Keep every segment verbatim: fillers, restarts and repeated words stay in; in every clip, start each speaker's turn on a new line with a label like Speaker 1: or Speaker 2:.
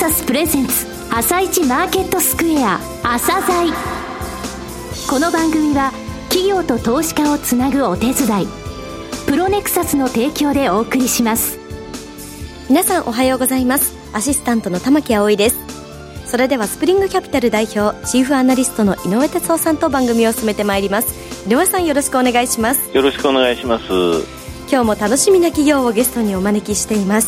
Speaker 1: サスプレゼンツ朝一マーケットスクエア朝鮮。この番組は企業と投資家をつなぐお手伝いプロネクサスの提供でお送りします。
Speaker 2: 皆さんおはようございます。アシスタントの玉木葵です。それではスプリングキャピタル代表チーフアナリストの井上哲夫さんと番組を進めてまいります。井上さん、よろしくお願いします。
Speaker 3: よろしくお願いします。
Speaker 2: 今日も楽しみな企業をゲストにお招きしています。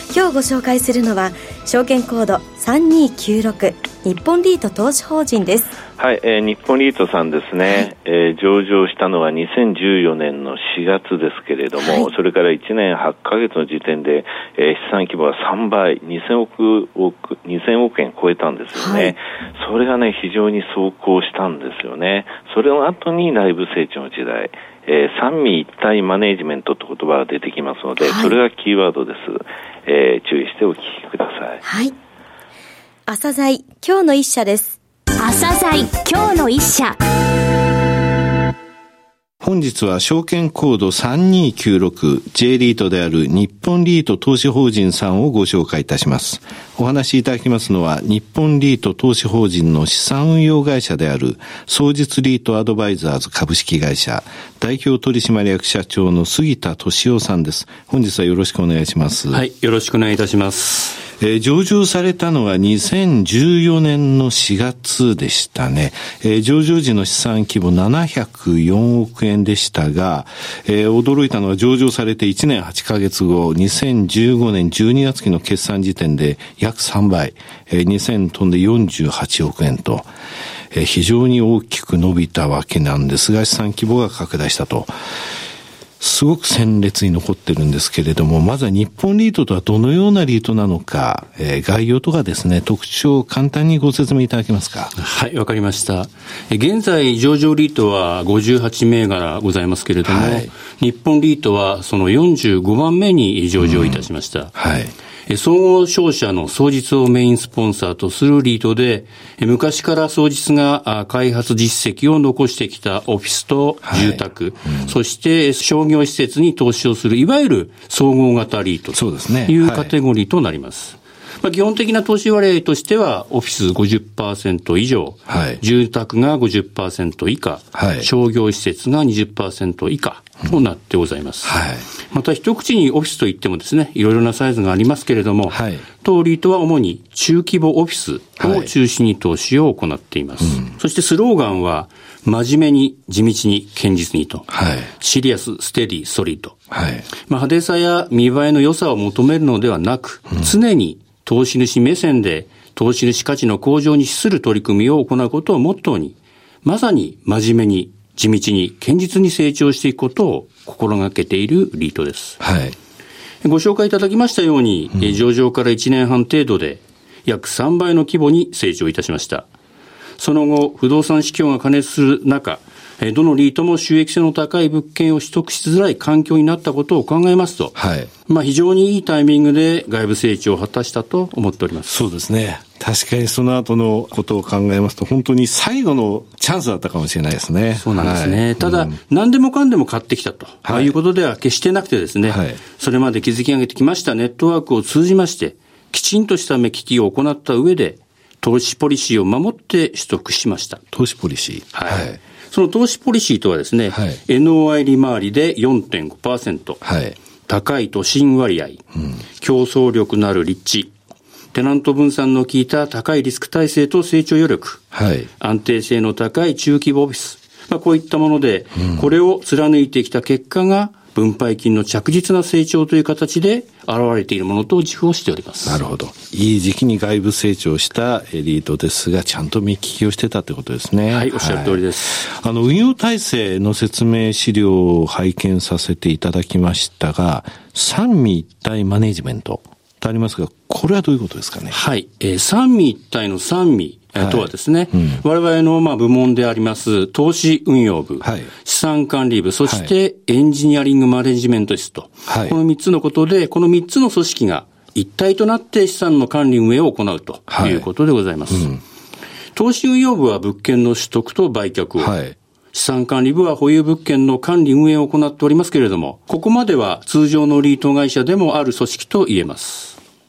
Speaker 2: 今日ご紹介するのは証券コードさんにきゅうろく日本リート投資法人です。
Speaker 3: はい、えー、日本リートさんですね、はい、えー、上場したのはにせんじゅうよねんのしがつですけれども、はい、それからいちねんはちかげつの時点で、えー、資産規模はさんばいにせんおく円超えたんですよね、はい、それがね非常に走行したんですよね。それの後に内部成長の時代、えー、三位一体マネジメントという言葉が出てきますので、はい、それがキーワードです。えー、注意してお聞きください。
Speaker 2: はい。朝鮮今日の一社です。
Speaker 1: 朝鮮今日の一社。
Speaker 4: 本日は証券コードさんにきゅうろく J リートである日本リート投資法人さんをご紹介いたします。お話しいただきますのは日本リート投資法人の資産運用会社である双日リートアドバイザーズ株式会社代表取締役社長の杉田俊夫さんです。本日はよろしくお願いします。
Speaker 5: はい、よろしくお願いいたします。
Speaker 4: えー、上場されたのはにせんじゅうよねんのしがつでしたね。えー、上場時の資産規模ななひゃくよんおくえんでしたが、えー、驚いたのは上場されていちねんはちかげつご、にせんじゅうごねんじゅうにがつ期の決算時点で約さんばい、えー、にせん飛んでよんじゅうはちおくえんと、えー、非常に大きく伸びたわけなんですが、資産規模が拡大したと。すごく鮮烈に残ってるんですけれども、まずは日本リートとはどのようなリートなのか、えー、概要とかですね、特徴を簡単にご説明いただけますか。
Speaker 5: はい、わかりました。現在上場リートはごじゅうはちめいがらございますけれども、はい、日本リートはそのよんじゅうごばんめに上場いたしました。うん、はい。総合商社の双日をメインスポンサーとするリートで、昔から双日が開発実績を残してきたオフィスと住宅、はいうん、そして商業施設に投資をするいわゆる総合型リートというカテゴリーとなります。まあ、基本的な投資割合としてはオフィス ごじゅっパーセント 以上、はい、住宅が ごじゅっパーセント 以下、はい、商業施設が にじゅっパーセント 以下となってございます。うんはい、また一口にオフィスといってもですね、いろいろなサイズがありますけれども、はい、当リートは主に中規模オフィスを中心に投資を行っています。はいうん、そしてスローガンは真面目に地道に堅実にと、はい、シリアスステディソリッド、はいまあ、派手さや見栄えの良さを求めるのではなく、うん、常に投資主目線で投資主価値の向上に資する取り組みを行うことをモットーに、まさに真面目に地道に堅実に成長していくことを心がけているリートです。はい。ご紹介いただきましたように、うん、上場からいちねんはん程度で約さんばいの規模に成長いたしました。その後、不動産市況が過熱する中、どのリートも収益性の高い物件を取得しづらい環境になったことを考えますと、はい、まあ非常にいいタイミングで外部成長を果たしたと思っております。
Speaker 4: そうですね。確かにその後のことを考えますと、本当に最後のチャンスだったかもしれないですね。
Speaker 5: そうなんですね。はい、ただ、うん、何でもかんでも買ってきたと、はい、いうことでは決してなくてですね、はい、それまで築き上げてきましたネットワークを通じまして、きちんとした目利きを行った上で、投資ポリシーを守って取得しました。
Speaker 4: 投資ポリシー。
Speaker 5: はい。はい、その投資ポリシーとはですね、はい、エヌオーアイ 利回りで よんてんごパーセント、はい、高い都心割合、うん、競争力のある立地、テナント分散の効いた高いリスク体制と成長余力、はい、安定性の高い中規模オフィス、まあ、こういったもので、うん、これを貫いてきた結果が分配金の着実な成長という形で現れているものと自負をしております。
Speaker 4: なるほど。いい時期に外部成長したエリートですが、ちゃんと目利きをしてたということですね。
Speaker 5: はい、おっしゃる通りです。
Speaker 4: はい、あの、運用体制の説明資料を拝見させていただきましたが、三位一体マネジメントとありますが、これはどういうことですかね。
Speaker 5: はい、えー、三位一体の三位とはですね、はいうん、我々のまあ部門であります投資運用部、はい、資産管理部、そしてエンジニアリングマネジメント室と、はい、このみっつのことで、このみっつの組織が一体となって資産の管理運営を行うということでございます。はいうん、投資運用部は物件の取得と売却を、はい、資産管理部は保有物件の管理運営を行っておりますけれども、ここまでは通常のリート会社でもある組織と言えます。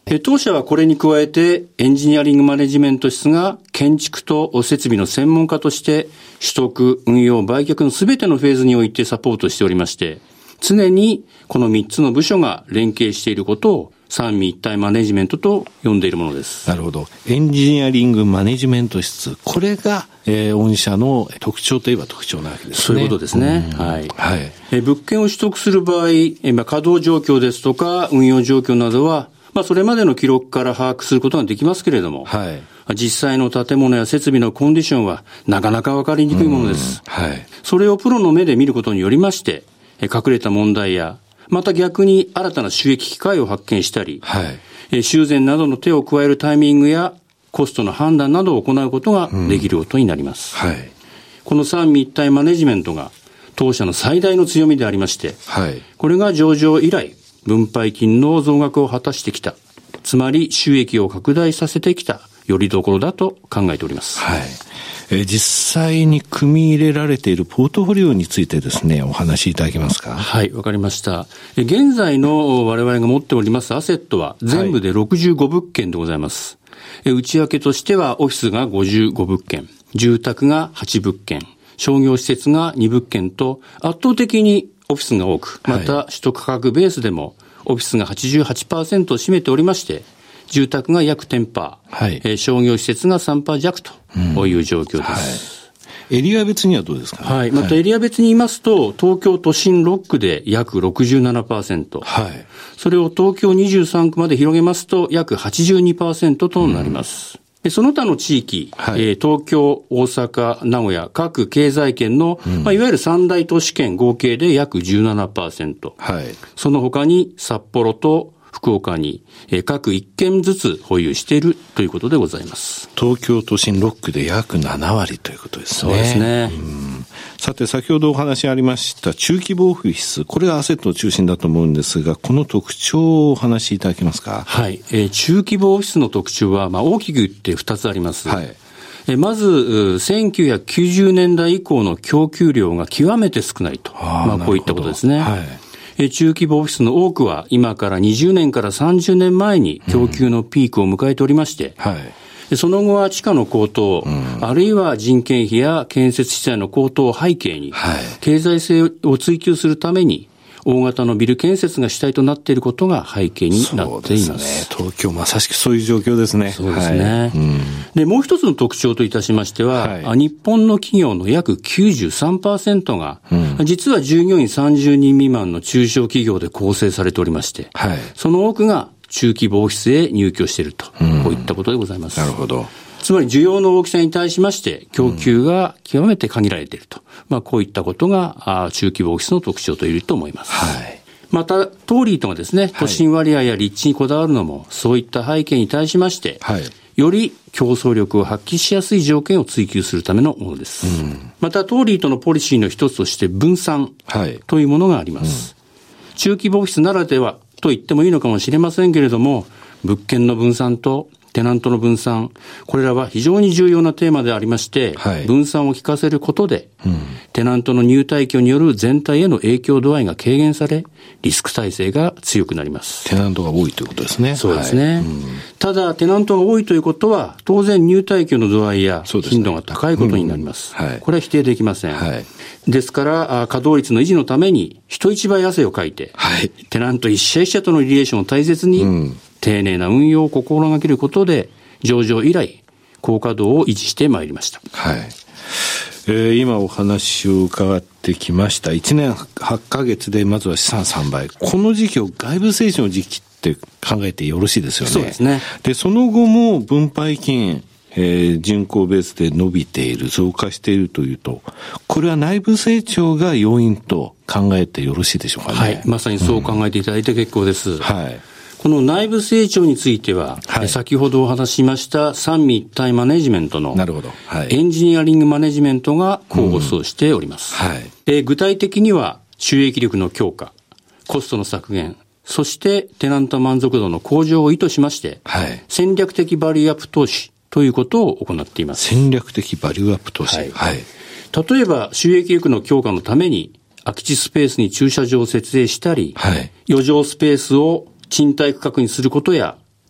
Speaker 5: 当社はこれに加えてエンジニアリングマネジメント室が建築と設備の専門家として取得、運用、売却のすべてのフェーズにおいてサポートしておりまして、常にこのみっつの部署が連携していることを三位一体マネジメントと呼んでいるものです。
Speaker 4: なるほど。エンジニアリングマネジメント室、これが、えー、御社の特徴といえば特徴なわけですね。
Speaker 5: そういうことですね。はい。
Speaker 4: はい。
Speaker 5: え物件を取得する場合、えまあ、稼働状況ですとか運用状況などは、まあ、それまでの記録から把握することができますけれども、はい。実際の建物や設備のコンディションはなかなか分かりにくいものです。はい。それをプロの目で見ることによりまして、え隠れた問題や、また逆に新たな収益機会を発見したり、はい。修繕などの手を加えるタイミングやコストの判断などを行うことができることになります。うん、はい。この三位一体マネジメントが当社の最大の強みでありまして、はい。これが上場以来、分配金の増額を果たしてきた。つまり収益を拡大させてきたよりどころだと考えております。
Speaker 4: はい。えー、実際に組み入れられているポートフォリオについてですね、お話しいただけますか。
Speaker 5: はい、わかりました。現在の我々が持っておりますアセットは全部でろくじゅうごぶっけんでございます。はい、内訳としてはオフィスがごじゅうごぶっけん、住宅がはちぶっけん、商業施設がにぶっけんと圧倒的にオフィスが多く、また取得価格ベースでもオフィスが はちじゅうはちパーセント を占めておりまして、住宅が約 じゅっパーセント、はい、えー、商業施設が さんパーセント 弱という状況です。うん、はい、
Speaker 4: エリア別にはどうですか、ね。
Speaker 5: はい。またエリア別に言いますと、東京都心ろっくで約 ろくじゅうななパーセント。はい。それを東京にじゅうさんくまで広げますと、約 はちじゅうにパーセント となります。うん、その他の地域、はい、えー、東京、大阪、名古屋、各経済圏の、うん、まあ、いわゆる三大都市圏合計で約 じゅうななパーセント。はい。その他に札幌と福岡に、えー、各いっけんずつ保有しているということでございます。
Speaker 4: 東京都心ろっくで約ななわりということですね。
Speaker 5: そうですね。
Speaker 4: うん、さて、先ほどお話ありました中規模オフィス、これがアセットの中心だと思うんですが、この特徴をお話しいただけますか。
Speaker 5: はい。えー、中規模オフィスの特徴は、まあ、大きく言ってふたつあります。はい。えー、まず、せんきゅうひゃくきゅうじゅうねんだい以降の供給量が極めて少ないと。あ、まあ、こういったことですね。はい。中規模オフィスの多くは今からにじゅうねんからさんじゅうねんまえに供給のピークを迎えておりまして、うん、はい、その後は地価の高騰、うん、あるいは人件費や建設資材の高騰を背景に、はい、経済性を追求するために大型のビル建設が主体となっていることが背景になっています。
Speaker 4: そうですね。東京まさしくそういう状況ですね。
Speaker 5: そうですね。はい、うん、で、もう一つの特徴といたしましては、はい、日本の企業の約 きゅうじゅうさんパーセント が、うん、実は従業員さんじゅうにん未満の中小企業で構成されておりまして、はい、その多くが中規模オフィスへ入居していると、うん、こういったことでございます。
Speaker 4: なるほど。
Speaker 5: つまり需要の大きさに対しまして供給が極めて限られていると、うん、まあこういったことが中規模オフィスの特徴と言えると思います。はい。また、トーリーとがですね、都心割合や立地にこだわるのも、そういった背景に対しまして、はい、より競争力を発揮しやすい条件を追求するためのものです。うん、また、トーリーとのポリシーの一つとして分散というものがあります。はい、中規模オフィスならではと言ってもいいのかもしれませんけれども、物件の分散とテナントの分散、これらは非常に重要なテーマでありまして、はい、分散を効かせることで、うん、テナントの入退去による全体への影響度合いが軽減され、リスク耐性が強くなります。
Speaker 4: テナントが多いということですね。
Speaker 5: そうですね。はい、うん、ただ、テナントが多いということは、当然入退去の度合いや頻度が高いことになります。うん、はい、これは否定できません。はい、ですから、稼働率の維持のために、人一倍汗をかいて、はい、テナント一社一社とのリレーションを大切に、うん、丁寧な運用を心がけることで、上場以来、高稼働を維持してまいりました。
Speaker 4: はい。えー、今お話を伺ってきました。いちねんはっかげつでまずは資産さんばい。この時期を外部成長の時期って考えてよろしいですよね。
Speaker 5: そうですね。
Speaker 4: で、その後も分配金、えー、人口ベースで伸びている、増加しているというと、これは内部成長が要因と考えてよろしいでしょうかね。
Speaker 5: はい。まさにそう考えていただいて結構です。うん、はい。この内部成長については、はい、先ほどお話ししました三位一体マネジメントのなるほど、はい、エンジニアリングマネジメントが功を奏しております。うん、はい、え具体的には収益力の強化、コストの削減、そしてテナント満足度の向上を意図しまして、はい、戦略的バリューアップ投資ということを行っています。
Speaker 4: 戦略的バリューアップ投資。はい。はい、
Speaker 5: 例えば収益力の強化のために空き地スペースに駐車場を設営したり、はい、余剰スペースを賃貸区画にすることや、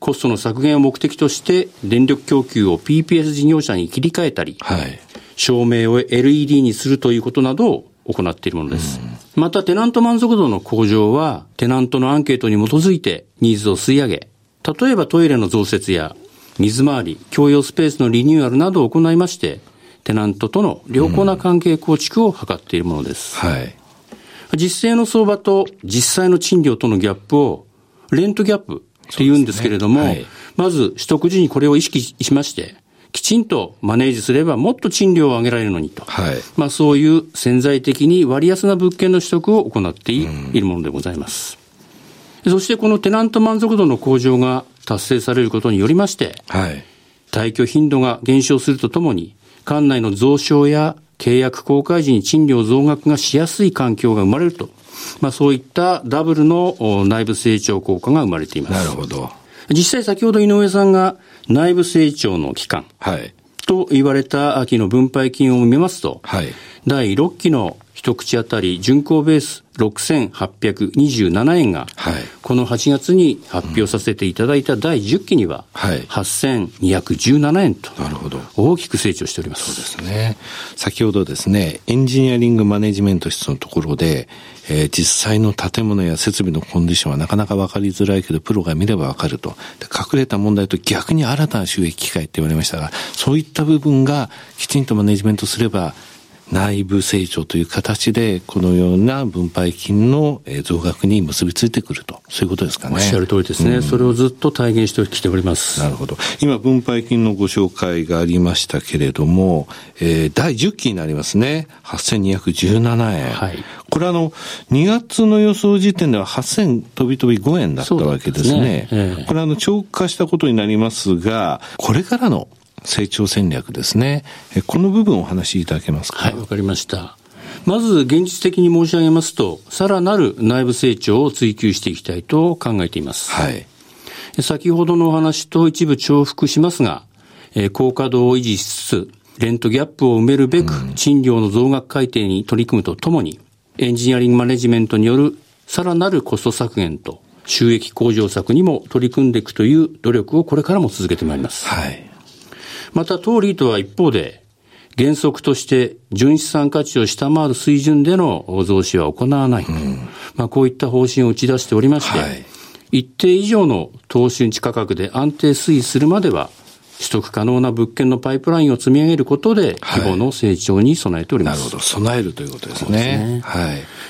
Speaker 5: コストの削減を目的として電力供給を ピーピーエス 事業者に切り替えたり、はい、照明を エルイーディー にするということなどを行っているものです。またテナント満足度の向上はテナントのアンケートに基づいてニーズを吸い上げ、例えばトイレの増設や水回り、共用スペースのリニューアルなどを行いまして、テナントとの良好な関係構築を図っているものです。うんはい、実勢の相場と実際の賃料とのギャップをレントギャップって言うんですけれども、ねはい、まず取得時にこれを意識しまして、きちんとマネージすればもっと賃料を上げられるのにと、はいまあ、そういう潜在的に割安な物件の取得を行っているものでございます。うん、そしてこのテナント満足度の向上が達成されることによりまして、はい、退去頻度が減少するとともに館内の増床や契約更改時に賃料増額がしやすい環境が生まれると、まあ、そういったダブルの内部成長効果が生まれています。
Speaker 4: なるほど。
Speaker 5: 実際先ほど井上さんが内部成長の期間と言われた秋の分配金を見ますと、はい、だいろっきの一口当たり巡航ベースろくせんはっぴゃくにじゅうななえんが、はい、このはちがつに発表させていただいただいじゅっきには、はい、はっせんにひゃくじゅうななえんと大きく成長しております。
Speaker 4: そうですね。先ほどですね、エンジニアリングマネジメント室のところで、えー、実際の建物や設備のコンディションはなかなか分かりづらいけどプロが見れば分かると。で隠れた問題と逆に新たな収益機会って言われましたが、そういった部分がきちんとマネジメントすれば内部成長という形でこのような分配金の増額に結びついてくると、そういうことですかね。
Speaker 5: おっしゃる通りですね、うん、それをずっと体現してきております。
Speaker 4: なるほど。今分配金のご紹介がありましたけれども、えー、だいじゅっきになりますね。はっせんにひゃくじゅうななえん、はい、これあのにがつの予想時点でははっせん飛び飛びごえんだったわけですね。ですね、えー、これあの長期化したことになりますが、これからの成長戦略ですね。この部分をお話しいただけますか。
Speaker 5: はい、わかりました。まず現実的に申し上げますと、さらなる内部成長を追求していきたいと考えています。はい。先ほどのお話と一部重複しますが、高稼働を維持しつつ、レントギャップを埋めるべく、賃料の増額改定に取り組むとともに、エンジニアリングマネジメントによるさらなるコスト削減と収益向上策にも取り組んでいくという努力をこれからも続けてまいります。はい。また当リートは一方で原則として純資産価値を下回る水準での増資は行わない、うんまあ、こういった方針を打ち出しておりまして、はい、一定以上の投資地価格で安定推移するまでは取得可能な物件のパイプラインを積み上げることで規模の成長に備えております。
Speaker 4: はい、なるほど。備えるということですね。そうですね。はい。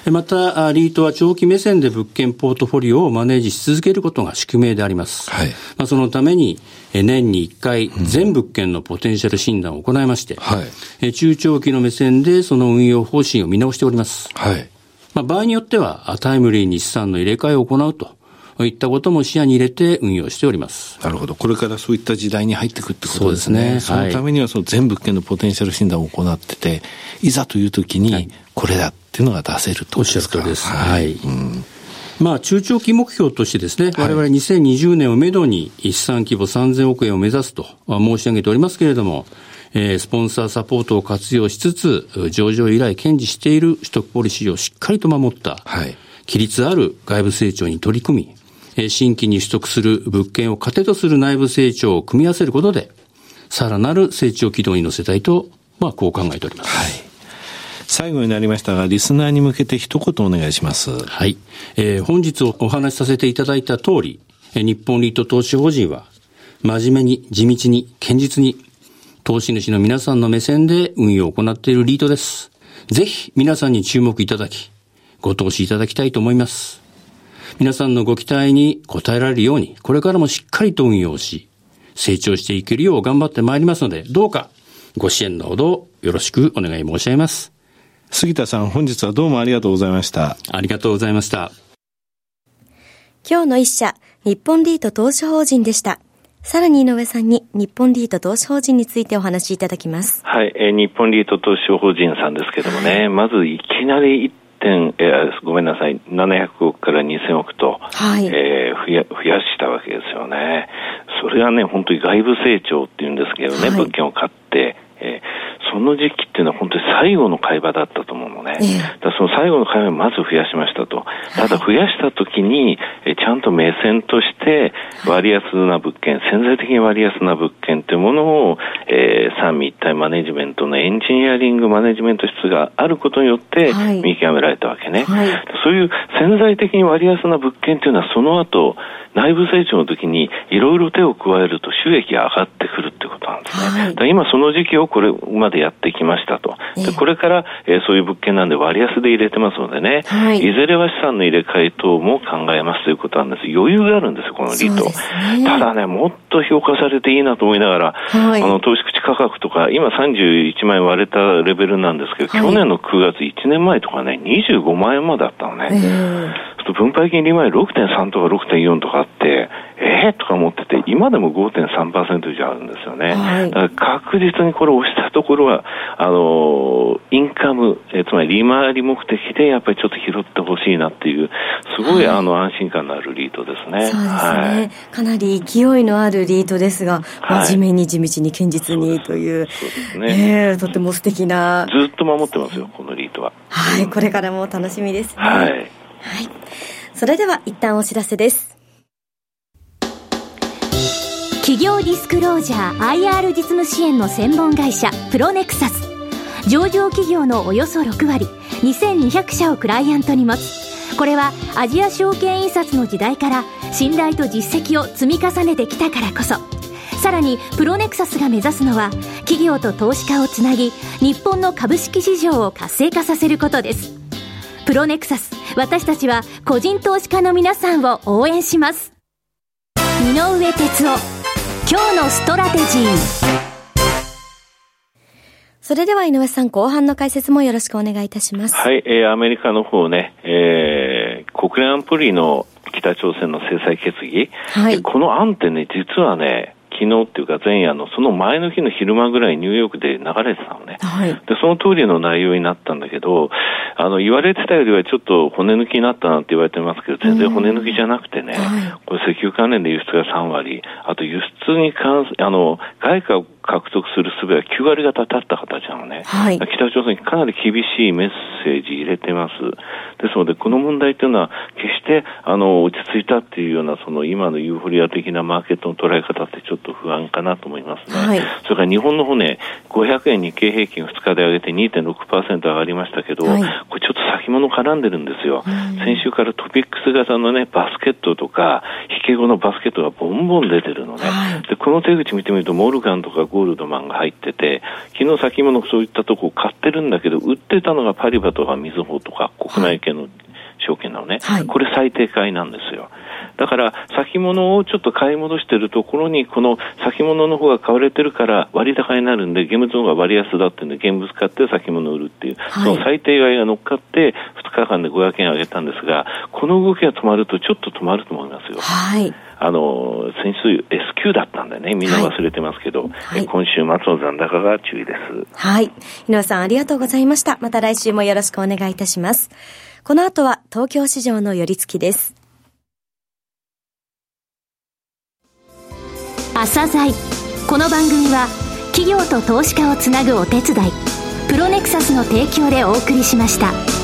Speaker 5: またリートは長期目線で物件ポートフォリオをマネージし続けることが宿命であります。はい。まあ、そのために年にいっかい全物件のポテンシャル診断を行いまして、はい、中長期の目線でその運用方針を見直しております。はい。まあ、場合によってはタイムリーに資産の入れ替えを行うといったことも視野に入れて運用しております。
Speaker 4: なるほど。これからそういった時代に入っていくってことですね。そうですね。そのためにはその全物件のポテンシャル診断を行ってて、いざという時にこれだっていうのが出せるってことですか。
Speaker 5: おっしゃるとおりです。はい。うんまあ、中長期目標としてですね、我々にせんにじゅうねんをめどに資産規模さんぜんおくえんを目指すと申し上げておりますけれども、えー、スポンサーサポートを活用しつつ、上場以来堅持している取得ポリシーをしっかりと守った、はい、規律ある外部成長に取り組み、新規に取得する物件を糧とする内部成長を組み合わせることで、さらなる成長軌道に乗せたいと、まあ、こう考えております。はい。
Speaker 4: 最後になりましたが、リスナーに向けて一言お願いします。
Speaker 5: はい。えー、本日お話しさせていただいた通り、日本リート投資法人は、真面目に、地道に、堅実に、投資主の皆さんの目線で運用を行っているリートです。ぜひ、皆さんに注目いただき、ご投資いただきたいと思います。皆さんのご期待に応えられるように、これからもしっかりと運用し、成長していけるよう頑張ってまいりますので、どうか、ご支援のほどよろしくお願い申し上げます。
Speaker 4: 杉田さん、本日はどうもありがとうございました。
Speaker 5: ありがとうございました。
Speaker 2: 今日の一社、日本リート投資法人でした。さらに井上さんに日本リート投資法人についてお話しいただきます。
Speaker 3: はい、えー、日本リート投資法人さんですけどもね、はい、まずいきなりいってん、えー、ごめんなさい、ななひゃくおくからにせんおくと、はいえー、増や、増やしたわけですよね。それはね、本当に外部成長っていうんですけどね、はい、物件を買って、えー、その時期っていうのは本当に最後の買い場だったと思うのね。ええ、だその最後の買いをまず増やしましたと。ただ増やしたときに、えちゃんと目線として割安な物件、潜在的に割安な物件というものを、えー、三位一体マネジメントのエンジニアリングマネジメント室があることによって見極められたわけね。はいはい、そういう潜在的に割安な物件というのはその後、内部成長の時にいろいろ手を加えると収益が上がってくるってことなんですね。はい、だから今その時期をこれまでやってきましたと。でこれから、えー、そういう物件なんで割安で入れてますのでね、はい、いずれは資産の入れ替え等も考えますということなんです。余裕があるんですよ、このリート。ね、ただね、もっと評価されていいなと思いながら、はい、あの投資口価格とか今さんじゅういちまん円割れたレベルなんですけど、はい、去年のくがついちねんまえとかね、にじゅうごまん円まであったのね。えー分配金利回り ろくてんさん とか ろくてんよん とかあって、えーとか思ってて、今でも ごてんさんパーセント 以上あるんですよね。はい、だから確実にこれを押したところは、あのー、インカム、えー、つまり利回り目的でやっぱりちょっと拾ってほしいなっていう、すごい、はい、あの安心感のあるリートですね。
Speaker 2: そうですね。はい、かなり勢いのあるリートですが、真面目に地道に堅実にという、そうですね。えー、とても素敵な。
Speaker 3: ずっと守ってますよ、このリートは。
Speaker 2: はい、これからも楽しみですね。
Speaker 3: はい。
Speaker 2: はい。それでは一旦お知らせです。
Speaker 1: 企業ディスクロージャー アイアール 実務支援の専門会社プロネクサス。上場企業のおよそろくわり、にせんにひゃくしゃをクライアントに持つ。これはアジア証券印刷の時代から信頼と実績を積み重ねてきたからこそ。さらにプロネクサスが目指すのは企業と投資家をつなぎ、日本の株式市場を活性化させることです。プロネクサス、私たちは個人投資家の皆さんを応援します。井上哲夫、今日のストラテジー。
Speaker 2: それでは井上さん、後半の解説もよろしくお願いいたします。
Speaker 3: はい、えー、アメリカの方ね、えー、国連安保理の北朝鮮の制裁決議、はい、この案ってね、実はね、昨日っていうか前夜のその前の日の昼間ぐらいニューヨークで流れてたのね。はい、で、その通りの内容になったんだけど、あの、言われてたよりはちょっと骨抜きになったなんて言われてますけど、全然骨抜きじゃなくてね、はい、これ石油関連で輸出がさんわり、あと輸出に関す、あの、外貨を獲得する術はきゅうわりがた立った形なのね。はい、北朝鮮にかなり厳しいメッセージ入れてます。ですので、この問題というのは、決して、あの、落ち着いたっていうような、その今のユーフォリア的なマーケットの捉え方ってちょっと不安かなと思いますね。はい、それから日本の方ね、ごひゃくえん日経平均ふつかで上げて にてんろくパーセント 上がりましたけど、はい、これちょっと先物絡んでるんですよ。先週からトピックス型のね、バスケットとか、引け後のバスケットがボンボン出てるのね。はい、で、この手口見てみると、モルガンとかゴールドマンが入ってて、昨日先物そういったとこ買ってるんだけど、売ってたのがパリバとかみずほとか国内系の証券なのね。はい、これ最低買いなんですよ。だから先物をちょっと買い戻しているところにこの先物の方が買われてるから割高になるんで現物の方が割安だっていうんで現物買って先物を売るっていう、はい、その最低買いが乗っかってふつかかんでごひゃくえん上げたんですが、この動きが止まるとちょっと止まると思いますよ。はい、あの先週 エスキュー だったんでね、みんな忘れてますけど、はい、今週末の残高が注意です。
Speaker 2: はい、井上さんありがとうございました。また来週もよろしくお願いいたします。この後は東京市場の寄り付きです。
Speaker 1: 朝鮮。この番組は企業と投資家をつなぐお手伝いプロネクサスの提供でお送りしました。